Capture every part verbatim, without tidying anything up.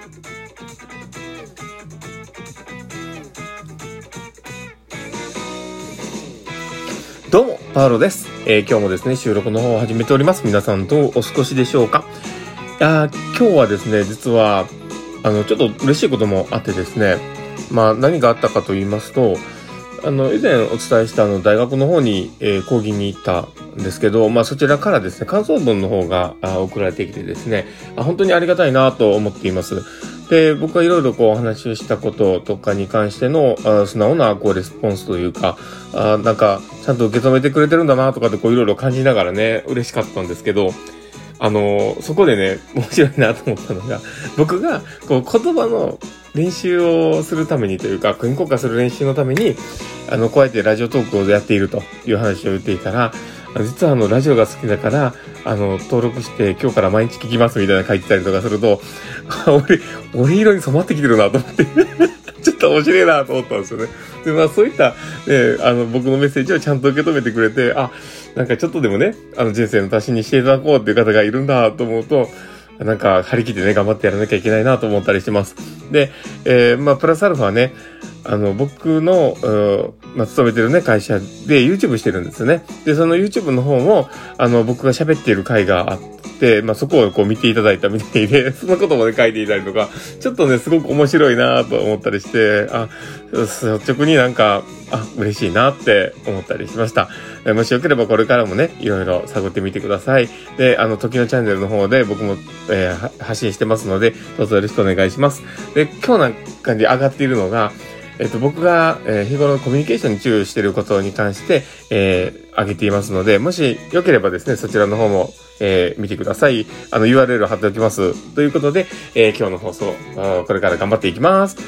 どうもパウロです、えー、今日もですね収録の方を始めております。皆さんどうお過ごしでしょうか。いや今日はですね実はあのちょっと嬉しいこともあってですね、まあ何があったかと言いますと、あの以前お伝えしたあの大学の方に、えー、講義に行ったんですけど、まあそちらからですね感想文の方が送られてきてですね、あ本当にありがたいなと思っています。で、僕はいろいろこうお話をしたこととかに関してのあ素直なこうレスポンスというか、あなんかちゃんと受け止めてくれてるんだなとかってこういろいろ感じながらね嬉しかったんですけど、あのそこでね面白いなと思ったのが、僕がこう言葉の練習をするためにというか言語化する練習のためにあのこうやってラジオトークをやっているという話を言っていたら、実はあのラジオが好きだからあの登録して今日から毎日聞きますみたいな書いてたりとかすると俺俺色に染まってきてるなと思ってちょっと面白いなと思ったんですよね。でまあそういった、ね、あの僕のメッセージをちゃんと受け止めてくれて、あなんかちょっとでもねあの人生の足しにしていただこうっていう方がいるんだと思うと、なんか張り切ってね頑張ってやらなきゃいけないなと思ったりしてます。で、えー、まあプラスアルファね、あの僕の、まあ、勤めてるね会社で YouTube してるんですよね。でその YouTube の方もあの僕が喋っている回があって、まあそこをこう見ていただいたみたいで、そのことまで書いていたりとか、ちょっとねすごく面白いなと思ったりして、あ率直になんかあ嬉しいなって思ったりしました。もしよければこれからもねいろいろ探ってみてください。であの時のチャンネルの方で僕も、えー、発信してますのでどうぞよろしくお願いします。で今日なんかに上がっているのが、えっと、僕が、えー、日頃コミュニケーションに注意していることに関して、えー、上げていますので、もしよければですね、そちらの方も、えー、見てください。あの ユーアールエル を貼っておきます。ということで、えー、今日の放送、これから頑張っていきます。はい。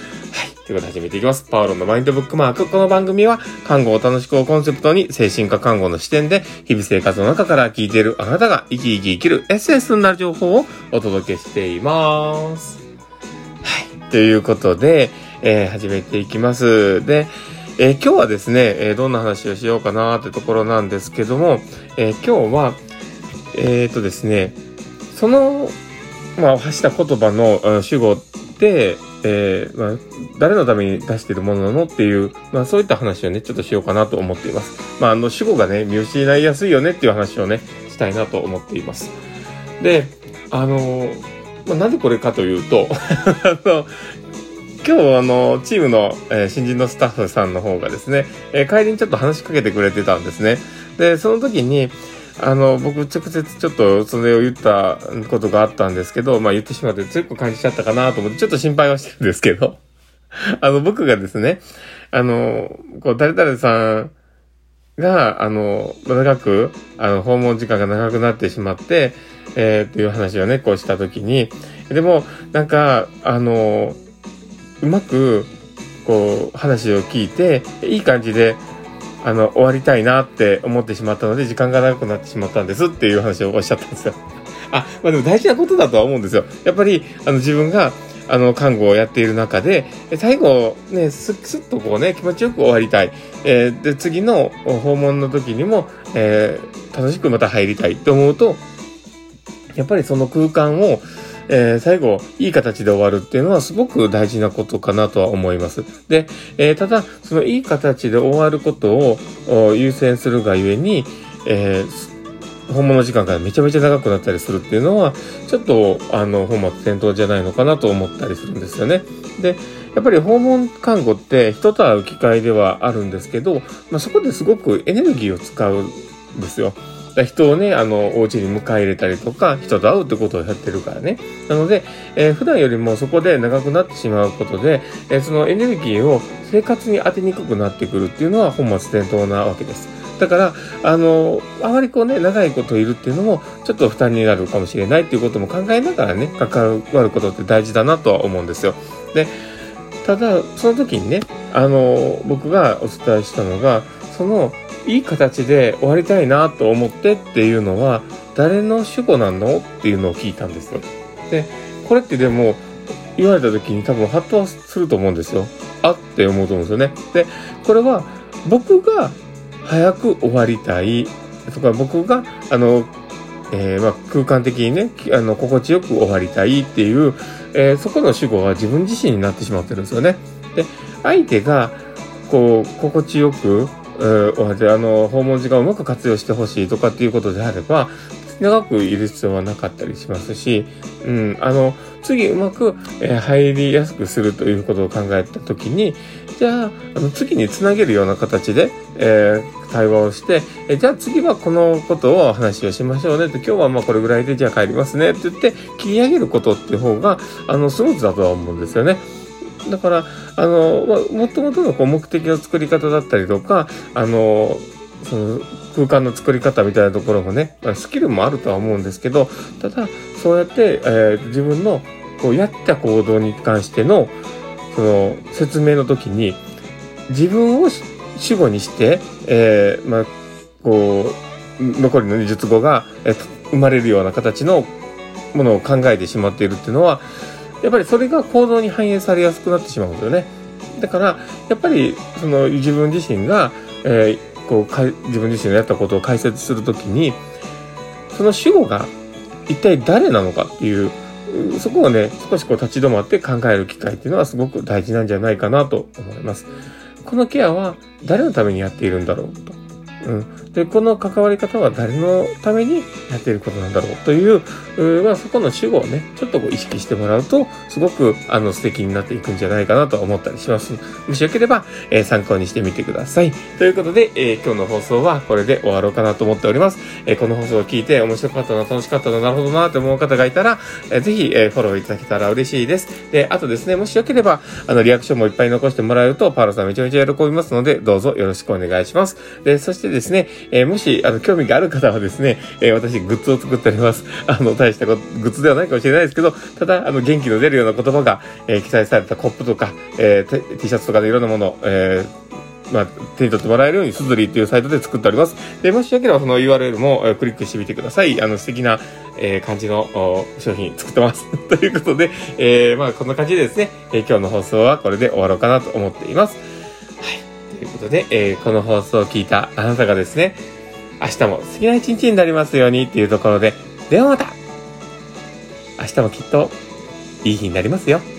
ということで始めていきます。パウロのマインドブックマーク。この番組は、看護を楽しくをコンセプトに、精神科看護の視点で、日々生活の中から聞いているあなたが生き生き生きるエッセンスになる情報をお届けしています。はい。ということで、えー、始めていきます。で、えー、今日はですね、えー、どんな話をしようかなってところなんですけども、えー、今日は、えーとですね、その、まあ、発した言葉の主語って、えーまあ、誰のために出しているものなのっていう、まあ、そういった話をね、ちょっとしようかなと思っています。まあ、あの、主語がね、見失いやすいよねっていう話をね、したいなと思っています。で、あの、まあ、なんでこれかというと、あの、今日あのチームの、えー、新人のスタッフさんの方がですね、えー、帰りにちょっと話しかけてくれてたんですね。でその時にあの僕直接ちょっとそれを言ったことがあったんですけど、まあ言ってしまって強く感じちゃったかなと思ってちょっと心配はしてるんですけどあの僕がですねあのこう誰々さんがあの長くあの訪問時間が長くなってしまってえー、っていう話をねこうした時に、でもなんかあのうまくこう話を聞いていい感じであの終わりたいなって思ってしまったので時間が長くなってしまったんですっていう話をおっしゃったんですよ。あ、まあでも大事なことだとは思うんですよ。やっぱりあの自分があの看護をやっている中で最後ねスッスッとこうね気持ちよく終わりたい、えー、で次の訪問の時にも、えー、楽しくまた入りたいと思うとやっぱりその空間をえー、最後いい形で終わるっていうのはすごく大事なことかなとは思います。で、えー、ただそのいい形で終わることを優先するがゆえに、えー、訪問の時間がめちゃめちゃ長くなったりするっていうのはちょっとあの本末転倒じゃないのかなと思ったりするんですよね。でやっぱり訪問看護って人と会う機会ではあるんですけど、まあ、そこですごくエネルギーを使うんですよ。人をね、あの、お家に迎え入れたりとか、人と会うってことをやってるからね。なので、えー、普段よりもそこで長くなってしまうことで、えー、そのエネルギーを生活に当てにくくなってくるっていうのは本末転倒なわけです。だから、あの、あまりこうね、長いこといるっていうのも、ちょっと負担になるかもしれないっていうことも考えながらね、関わることって大事だなとは思うんですよ。で、ただ、その時にね、あの、僕がお伝えしたのが、その、いい形で終わりたいなと思ってっていうのは誰の主語なのっていうのを聞いたんですよ。で、これってでも言われた時に多分ハッとすると思うんですよ。あって思うと思うんですよね。で、これは僕が早く終わりたいとか僕があのえー、まあ空間的にね、あの、心地よく終わりたいっていう、えー、そこの主語は自分自身になってしまってるんですよね。で、相手が、こう、心地よく、えー、あの、訪問時間をうまく活用してほしいとかっていうことであれば、長くいる必要はなかったりしますし、うん、あの、次うまく、えー、入りやすくするということを考えたときに、じゃあ、あの次につなげるような形で、えー、対話をして、えー、じゃあ次はこのことを話をしましょうねって、今日はまあこれぐらいでじゃあ帰りますねって言って切り上げることっていう方が、あの、スムーズだとは思うんですよね。だから、あの、まあ、もともとのこう目的の作り方だったりとか、あの、その空間の作り方みたいなところもね、スキルもあるとは思うんですけど、ただ、そうやって、えー、自分のこうやった行動に関しての、その説明の時に、自分を主語にして、えー、まあ、こう、残りの述語が、えー、生まれるような形のものを考えてしまっているっていうのは、やっぱりそれが行動に反映されやすくなってしまうんですよね。だから、やっぱり、その自分自身が、えーこうか自分自身のやったことを解説するときに、その主語が一体誰なのかっていう、そこをね、少しこう立ち止まって考える機会っていうのはすごく大事なんじゃないかなと思います。このケアは誰のためにやっているんだろうと。うん。で、この関わり方は誰のためにやっていることなんだろうという、うまあ、そこの主語をね、ちょっとこう意識してもらうと、すごく、あの、素敵になっていくんじゃないかなと思ったりします。もしよければ、えー、参考にしてみてください。ということで、えー、今日の放送はこれで終わろうかなと思っております。えー、この放送を聞いて面白かったな、楽しかったな、なるほどなって思う方がいたら、えー、ぜひ、えー、フォローいただけたら嬉しいです。で、あとですね、もしよければ、あの、リアクションもいっぱい残してもらえると、パーラさんめちゃめちゃ喜びますので、どうぞよろしくお願いします。で、そしてですね、えー、もし、あの、興味がある方はですね、えー、私、グッズを作っております。あの、大したこと、グッズではないかもしれないですけど、ただ、あの、元気の出るような言葉が、えー、記載されたコップとか、えー、T シャツとかでいろんなもの、えー、まあ、手に取ってもらえるように、スズリーっていうサイトで作っております。で、もしよければその ユーアールエル も、えー、クリックしてみてください。あの、素敵な、えー、感じの商品作ってます。ということで、えー、まあ、こんな感じでですね、えー、今日の放送はこれで終わろうかなと思っています。はい。ということで、えー、この放送を聞いたあなたがですね、明日も素敵な一日になりますようにっていうところで、ではまた明日もきっといい日になりますよ。